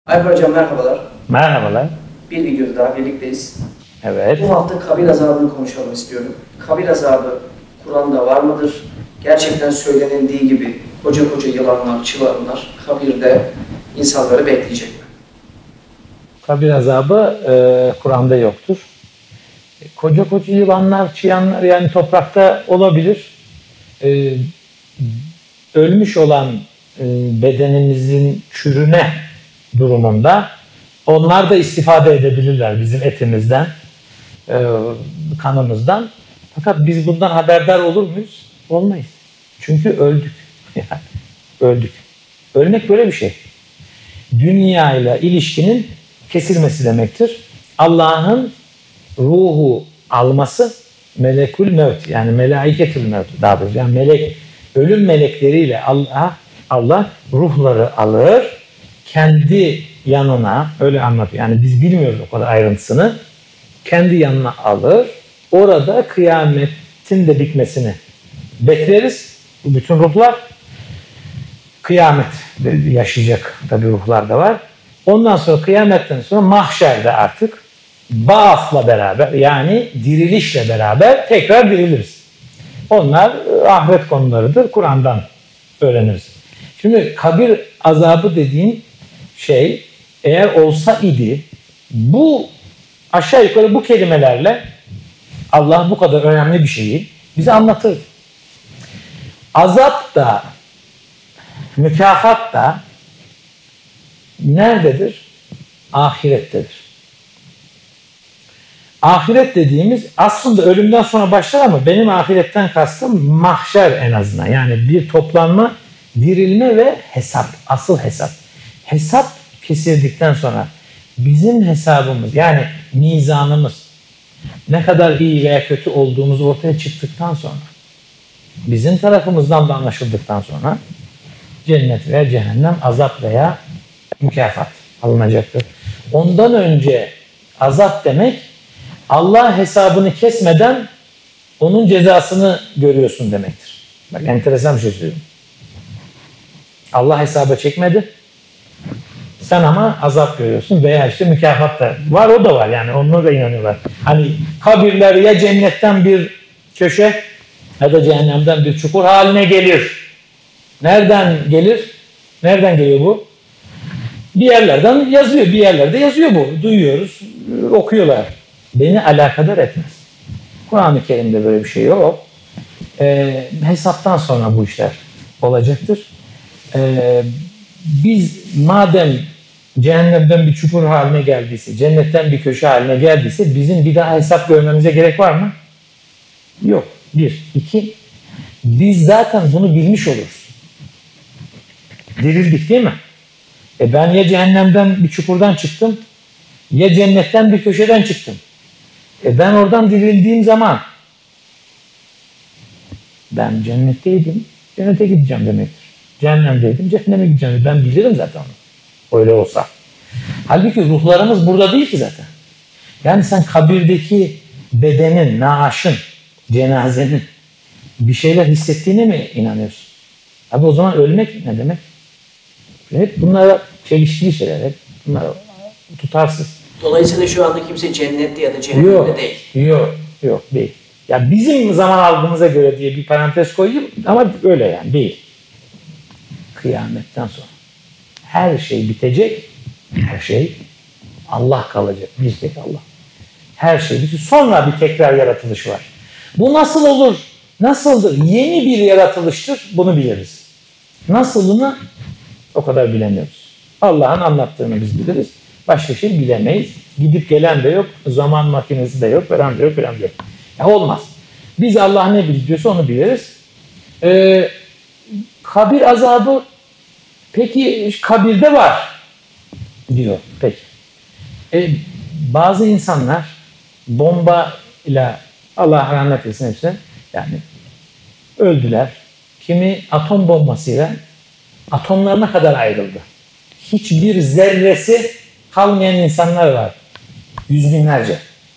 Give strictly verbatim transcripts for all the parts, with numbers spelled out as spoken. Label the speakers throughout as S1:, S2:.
S1: Alper Hocam merhabalar.
S2: Merhabalar.
S1: Bir videoda daha birlikteyiz.
S2: Evet.
S1: Bu hafta kabir azabını konuşalım istiyorum. Kabir azabı Kur'an'da var mıdır? Gerçekten söylenildiği gibi koca koca yılanlar, çıvanlar kabirde insanları bekleyecek mi?
S2: Kabir azabı e, Kur'an'da yoktur. E, koca koca yılanlar, çıyanlar yani toprakta olabilir. E, ölmüş olan e, bedenimizin çürüme durumunda onlar da istifade edebilirler bizim etimizden, e, kanımızdan. Fakat biz bundan haberdar olur muyuz? Olmayız. Çünkü öldük. Yani öldük. Ölmek böyle bir şey. Dünya ile ilişkinin kesilmesi demektir. Allah'ın ruhu alması melekül mevt yani melaiketül mevt daha doğrusu yani melek ölüm melekleriyle Allah Allah ruhları alır kendi yanına öyle anlatıyor. Yani biz bilmiyoruz o kadar ayrıntısını. Kendi yanına alır. Orada kıyametin de bitmesini bekleriz. Bütün ruhlar kıyamet yaşayacak tabi ruhlar da var. Ondan sonra kıyametten sonra mahşerde artık Ba's'la beraber yani dirilişle beraber tekrar diriliriz. Onlar ahiret konularıdır. Kur'an'dan öğreniriz. Şimdi kabir azabı dediğin şey eğer olsa idi bu aşağı yukarı bu kelimelerle Allah bu kadar önemli bir şeyi bize anlatır. Azap da mükafat da nerededir? Ahirettedir. Ahiret dediğimiz aslında ölümden sonra başlar ama benim ahiretten kastım mahşer en azından. Yani bir toplanma, dirilme ve hesap. Asıl hesap. Hesap kesildikten sonra bizim hesabımız yani mizanımız ne kadar iyi veya kötü olduğumuz ortaya çıktıktan sonra bizim tarafımızdan da anlaşıldıktan sonra cennet veya cehennem, azap veya mükafat alınacaktır. Ondan önce azap demek Allah hesabını kesmeden onun cezasını görüyorsun demektir. Bak enteresan bir şey söylüyorum. Allah hesaba çekmedi. Sen ama azap görüyorsun veya işte mükafat da var, o da var yani onlara da inanıyorlar. Hani kabirler ya cennetten bir köşe ya da cehennemden bir çukur haline gelir. Nereden gelir? Nereden geliyor bu? Bir yerlerden yazıyor, bir yerlerde yazıyor bu. Duyuyoruz, okuyorlar. Beni alakadar etmez. Kur'an-ı Kerim'de böyle bir şey yok. Ee, hesaptan sonra bu işler olacaktır. Ee, biz madem cehennemden bir çukur haline geldiyse, cennetten bir köşe haline geldiyse bizim bir daha hesap görmemize gerek var mı? Yok. Bir. İki. Biz zaten bunu bilmiş oluruz. Dirildik değil mi? E ben ya cehennemden bir çukurdan çıktım ya cennetten bir köşeden çıktım. E ben oradan dirildiğim zaman ben cennetteydim. Cennete gideceğim demektir. Cehennemdeydim. Cehenneme gideceğim. Ben bilirim zaten onu. Öyle olsa. Halbuki ruhlarımız burada değil ki zaten. Yani sen kabirdeki bedenin, naaşın, cenazenin bir şeyler hissettiğine mi inanıyorsun? Abi o zaman ölmek ne demek? Hep bunlar çelişkili şeyler. Hep bunlar tutarsız.
S1: Dolayısıyla şu anda kimse cennette ya da cehennemde
S2: yok,
S1: değil.
S2: Yok, yok değil. Ya bizim zaman algımıza göre diye bir parantez koyayım ama öyle yani değil. Kıyametten sonra her şey bitecek, her şey Allah kalacak. Bir tek Allah. Her şey bitecek. Sonra bir tekrar yaratılış var. Bu nasıl olur? Nasıldır? Yeni bir yaratılıştır. Bunu biliriz. Nasılını o kadar bilemiyoruz. Allah'ın anlattığını biz biliriz. Başka şey bilemeyiz. Gidip gelen de yok. Zaman makinesi de yok. Falan da yok. Falan da yok. Ya olmaz. Biz Allah ne biliyorsa onu biliriz. Ee, kabir azabı peki kabirde var diyor. Peki. Ee, bazı insanlar bomba ile Allah rahmet etsin hepsine yani öldüler. Kimi atom bombasıyla atomlarına kadar ayrıldı. Hiçbir zerresi kalmayan insanlar var. Yüz binlerce.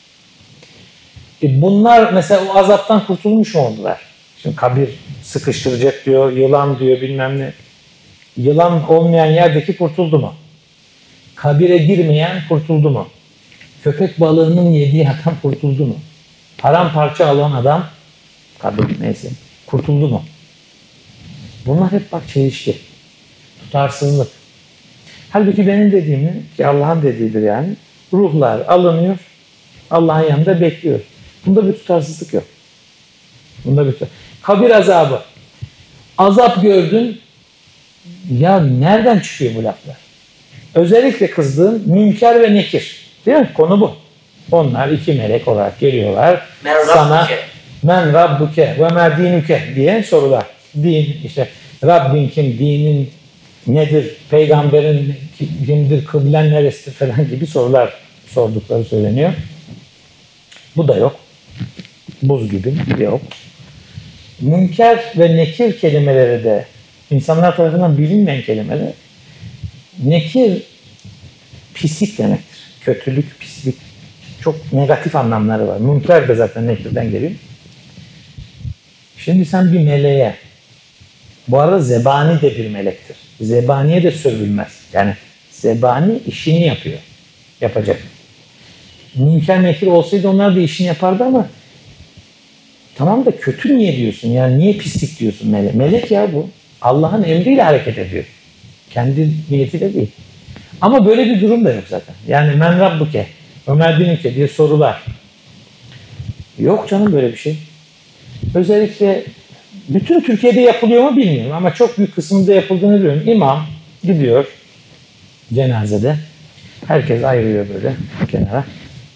S2: E bunlar mesela o azaptan kurtulmuş mu oldular? Şimdi kabir sıkıştıracak diyor, yılan diyor bilmem ne. Yılan olmayan yerdeki kurtuldu mu? Kabire girmeyen kurtuldu mu? Köpek balığının yediği adam kurtuldu mu? Paramparça alan adam, kabir neyse, kurtuldu mu? Bunlar hep bak çelişki. Tutarsızlık. Halbuki benim dediğimin, ki Allah'ın dediğidir yani, ruhlar alınıyor, Allah'ın yanında bekliyor. Bunda bir tutarsızlık yok. Bunda bir tutarsızlık. Kabir azabı. Azap gördün, ya nereden çıkıyor bu laflar? Özellikle kızdığın Münker ve Nekir. Değil mi? Konu bu. Onlar iki melek olarak geliyorlar.
S1: Men
S2: sana
S1: Rabbuke.
S2: men Rabbuke ve mer dinuke diye sorular. Din, işte Rabbin kim, dinin nedir, peygamberin kimdir, kıblen neresidir falan gibi sorular sordukları söyleniyor. Bu da yok. Buz gibi yok. Münker ve nekir kelimeleri de insanlar tarafından bilinmeyen kelimeler. Nekir pislik demektir. Kötülük, pislik. Çok negatif anlamları var. Münker de zaten nekirden geliyor. Şimdi sen bir meleğe, bu arada zebani de bir melektir. Zebaniye de sövülmez. Yani zebani işini yapıyor. Yapacak. Münker nekir olsaydı onlar da işini yapardı ama tamam da kötü niye diyorsun? Yani niye pislik diyorsun melek? Melek ya bu. Allah'ın emriyle hareket ediyor. Kendi niyetiyle değil. Ama böyle bir durum da yok zaten. Yani men rabbuke, Ömer dinuke diye sorular. Yok canım böyle bir şey. Özellikle bütün Türkiye'de yapılıyor mu bilmiyorum ama çok büyük kısmında yapıldığını biliyorum. İmam gidiyor cenazede. Herkes ayrılıyor böyle kenara.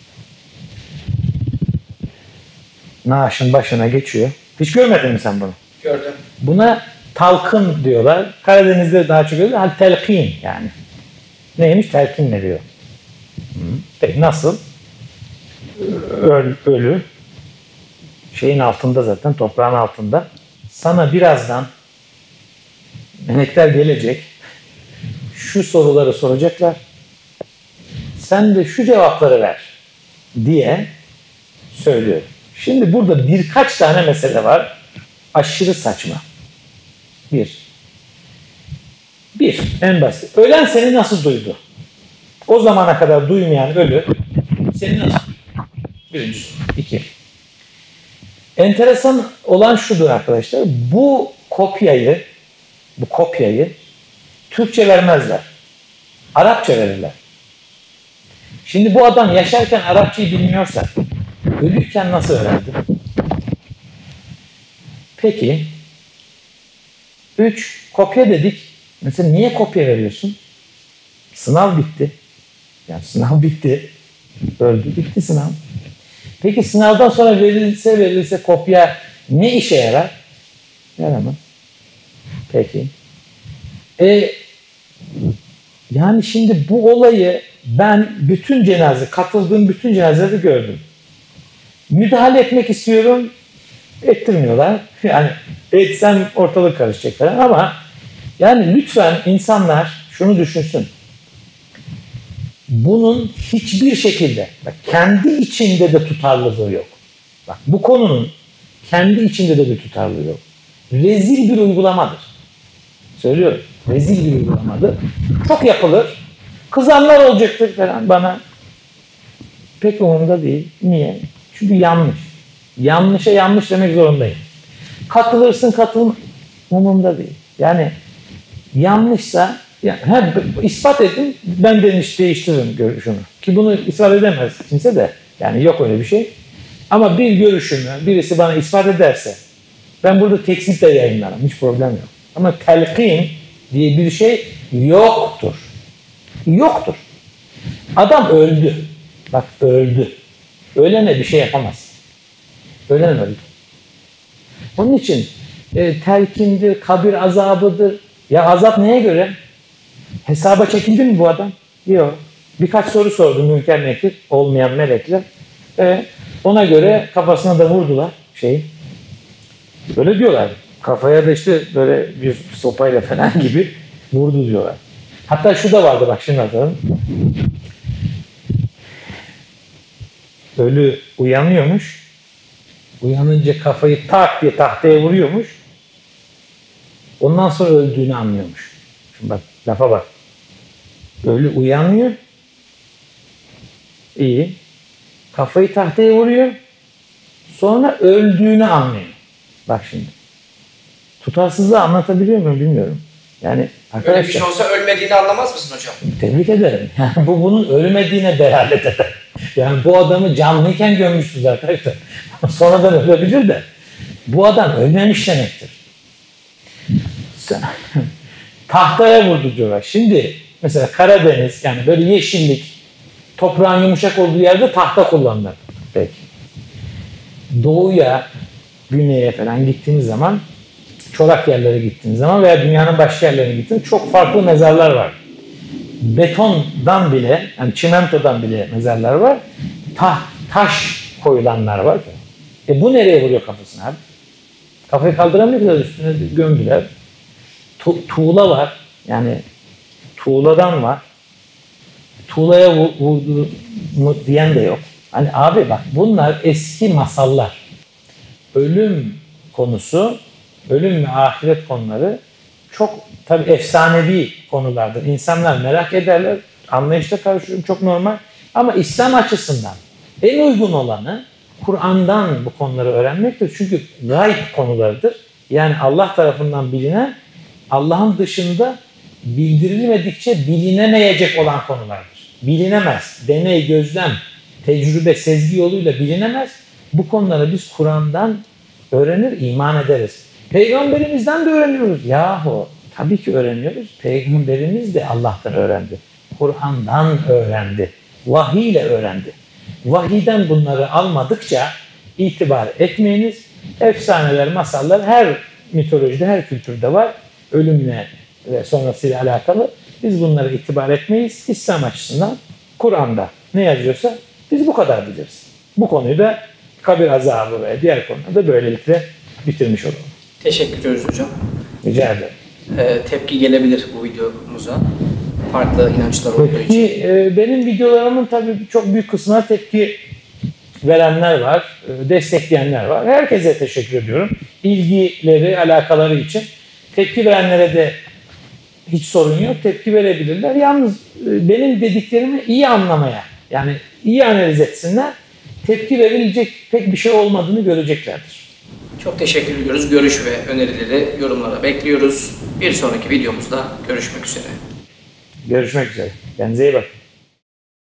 S2: Naaşın başına geçiyor. Hiç görmedin mi sen bunu?
S1: Gördüm.
S2: Buna talkın diyorlar. Karadeniz'de daha çok görüyorlar. Telkin yani. Neymiş? Telkin veriyor. Peki nasıl? Öl, ölü. Şeyin altında zaten, toprağın altında. Sana birazdan melekler gelecek. Şu soruları soracaklar. Sen de şu cevapları ver diye söylüyor. Şimdi burada birkaç tane mesele var. Aşırı saçma. Bir. Bir, en basit. Ölen seni nasıl duydu? O zamana kadar duymayan ölü seni nasıl duydu? Birincisi. İki. Enteresan olan şudur arkadaşlar. Bu kopyayı bu kopyayı Türkçe vermezler. Arapça verirler. Şimdi bu adam yaşarken Arapçayı bilmiyorsa ölürken nasıl öğrendi? Peki. Üç, kopya dedik. Mesela niye kopya veriyorsun? Sınav bitti. Yani sınav bitti. Öldü, bitti sınav. Peki sınavdan sonra verilse verilse kopya ne işe yarar? Yaramaz. Peki. E, yani şimdi bu olayı ben bütün cenaze, katıldığım bütün cenazede gördüm. Müdahale etmek istiyorum, ettirmiyorlar. Yani etsem ortalık karışacak falan ama yani lütfen insanlar şunu düşünsün. Bunun hiçbir şekilde bak, kendi içinde de tutarlılığı yok. Bak bu konunun kendi içinde de bir tutarlılığı yok. Rezil bir uygulamadır. Söylüyorum. Rezil bir uygulamadır. Çok yapılır. Kızanlar olacaktır falan bana. Pek umurumda değil. Niye? Çünkü yanlış. Yanlışa yanlış demek zorundayım. Katılırsın katılma. Umurumda değil. Yani yanlışsa yani, he, ispat edin, ben demiş değiştiririm görüşümü. Ki bunu ispat edemez kimse de. Yani yok öyle bir şey. Ama bir görüşümü birisi bana ispat ederse ben burada tekzip de yayınlarım. Hiç problem yok. Ama telkin diye bir şey yoktur. Yoktur. Adam öldü. Bak öldü. Ölene bir şey yapamaz. Ölen öldü. Onun için e, telkindir, kabir azabıdır. Ya azap neye göre? Hesaba çekildi mi bu adam? Yok. Birkaç soru sordu Münker Nekir, olmayan melekler. E, ona göre kafasına da vurdular şeyi. Böyle diyorlar. Kafaya da işte böyle bir sopayla falan gibi vurdu diyorlar. Hatta şu da vardı bak şimdi hatırladım. Ölü uyanıyormuş. Uyanınca kafayı tak diye tahtaya vuruyormuş. Ondan sonra öldüğünü anlıyormuş. Şimdi bak lafa bak. Ölü uyanıyor. İyi. Kafayı tahtaya vuruyor. Sonra öldüğünü anlıyor. Bak şimdi. Tutarsızlığı anlatabiliyor muyum bilmiyorum. Yani arkadaşlar,
S1: öyle bir şey olsa ölmediğini anlamaz mısın hocam?
S2: Tebrik ederim. Yani bu bunun ölmediğine delalet eder. Yani bu adamı canlıyken gömmüşsünüz arkadaşlar. Sonradan ölebilir de. Bu adam ölmemiş demektir. Tahtaya vurdu diyorlar. Şimdi mesela Karadeniz, yani böyle yeşillik, toprağın yumuşak olduğu yerde tahta kullanılır. Peki. Doğuya, güneye falan gittiğiniz zaman, çorak yerlere gittiğiniz zaman veya dünyanın başka yerlerine gittiğiniz çok farklı mezarlar var. Betondan bile, yani çimentodan bile mezarlar var. Ta, taş koyulanlar var. E bu nereye vuruyor kafasına abi? Kafayı kaldıramıyorlar, üstüne gömdüler. Tu, tuğla var. Yani tuğladan var. Tuğlaya vurdu mu diyen de yok. Hani abi bak, bunlar eski masallar. Ölüm konusu, ölüm ve ahiret konuları çok tabii efsanevi konulardır. İnsanlar merak ederler, anlayışta karşılıyorum, çok normal. Ama İslam açısından en uygun olanı Kur'an'dan bu konuları öğrenmektir. Çünkü gayb konularıdır. Yani Allah tarafından bilinen, Allah'ın dışında bildirilmedikçe bilinemeyecek olan konulardır. Bilinemez. Deney, gözlem, tecrübe, sezgi yoluyla bilinemez. Bu konuları biz Kur'an'dan öğrenir, iman ederiz. Peygamberimizden de öğreniyoruz. Yahu tabii ki öğreniyoruz. Peygamberimiz de Allah'tan öğrendi. Kur'an'dan öğrendi. Vahiy ile öğrendi. Vahiyden bunları almadıkça itibar etmeyiniz. Efsaneler, masallar her mitolojide, her kültürde var. Ölümle ve sonrasıyla alakalı. Biz bunlara itibar etmeyiz. İslam açısından Kur'an'da ne yazıyorsa biz bu kadar biliriz. Bu konuyu da kabir azabı ve diğer konularda böylelikle bitirmiş olalım.
S1: Teşekkür ediyoruz hocam.
S2: Rica ederim.
S1: Ee, tepki gelebilir bu videomuza. Farklı inançlar olduğu için.
S2: Peki, e, benim videolarımın tabii çok büyük kısmına tepki verenler var, e, destekleyenler var. Herkese teşekkür ediyorum. İlgileri, alakaları için. Tepki verenlere de hiç sorun yok. Tepki verebilirler. Yalnız e, benim dediklerimi iyi anlamaya, yani iyi analiz etsinler. Tepki verilecek pek bir şey olmadığını göreceklerdir.
S1: Çok teşekkür ediyoruz. Görüş ve önerileri yorumlara bekliyoruz. Bir sonraki videomuzda görüşmek üzere.
S2: Görüşmek üzere. Kendinize iyi bakın.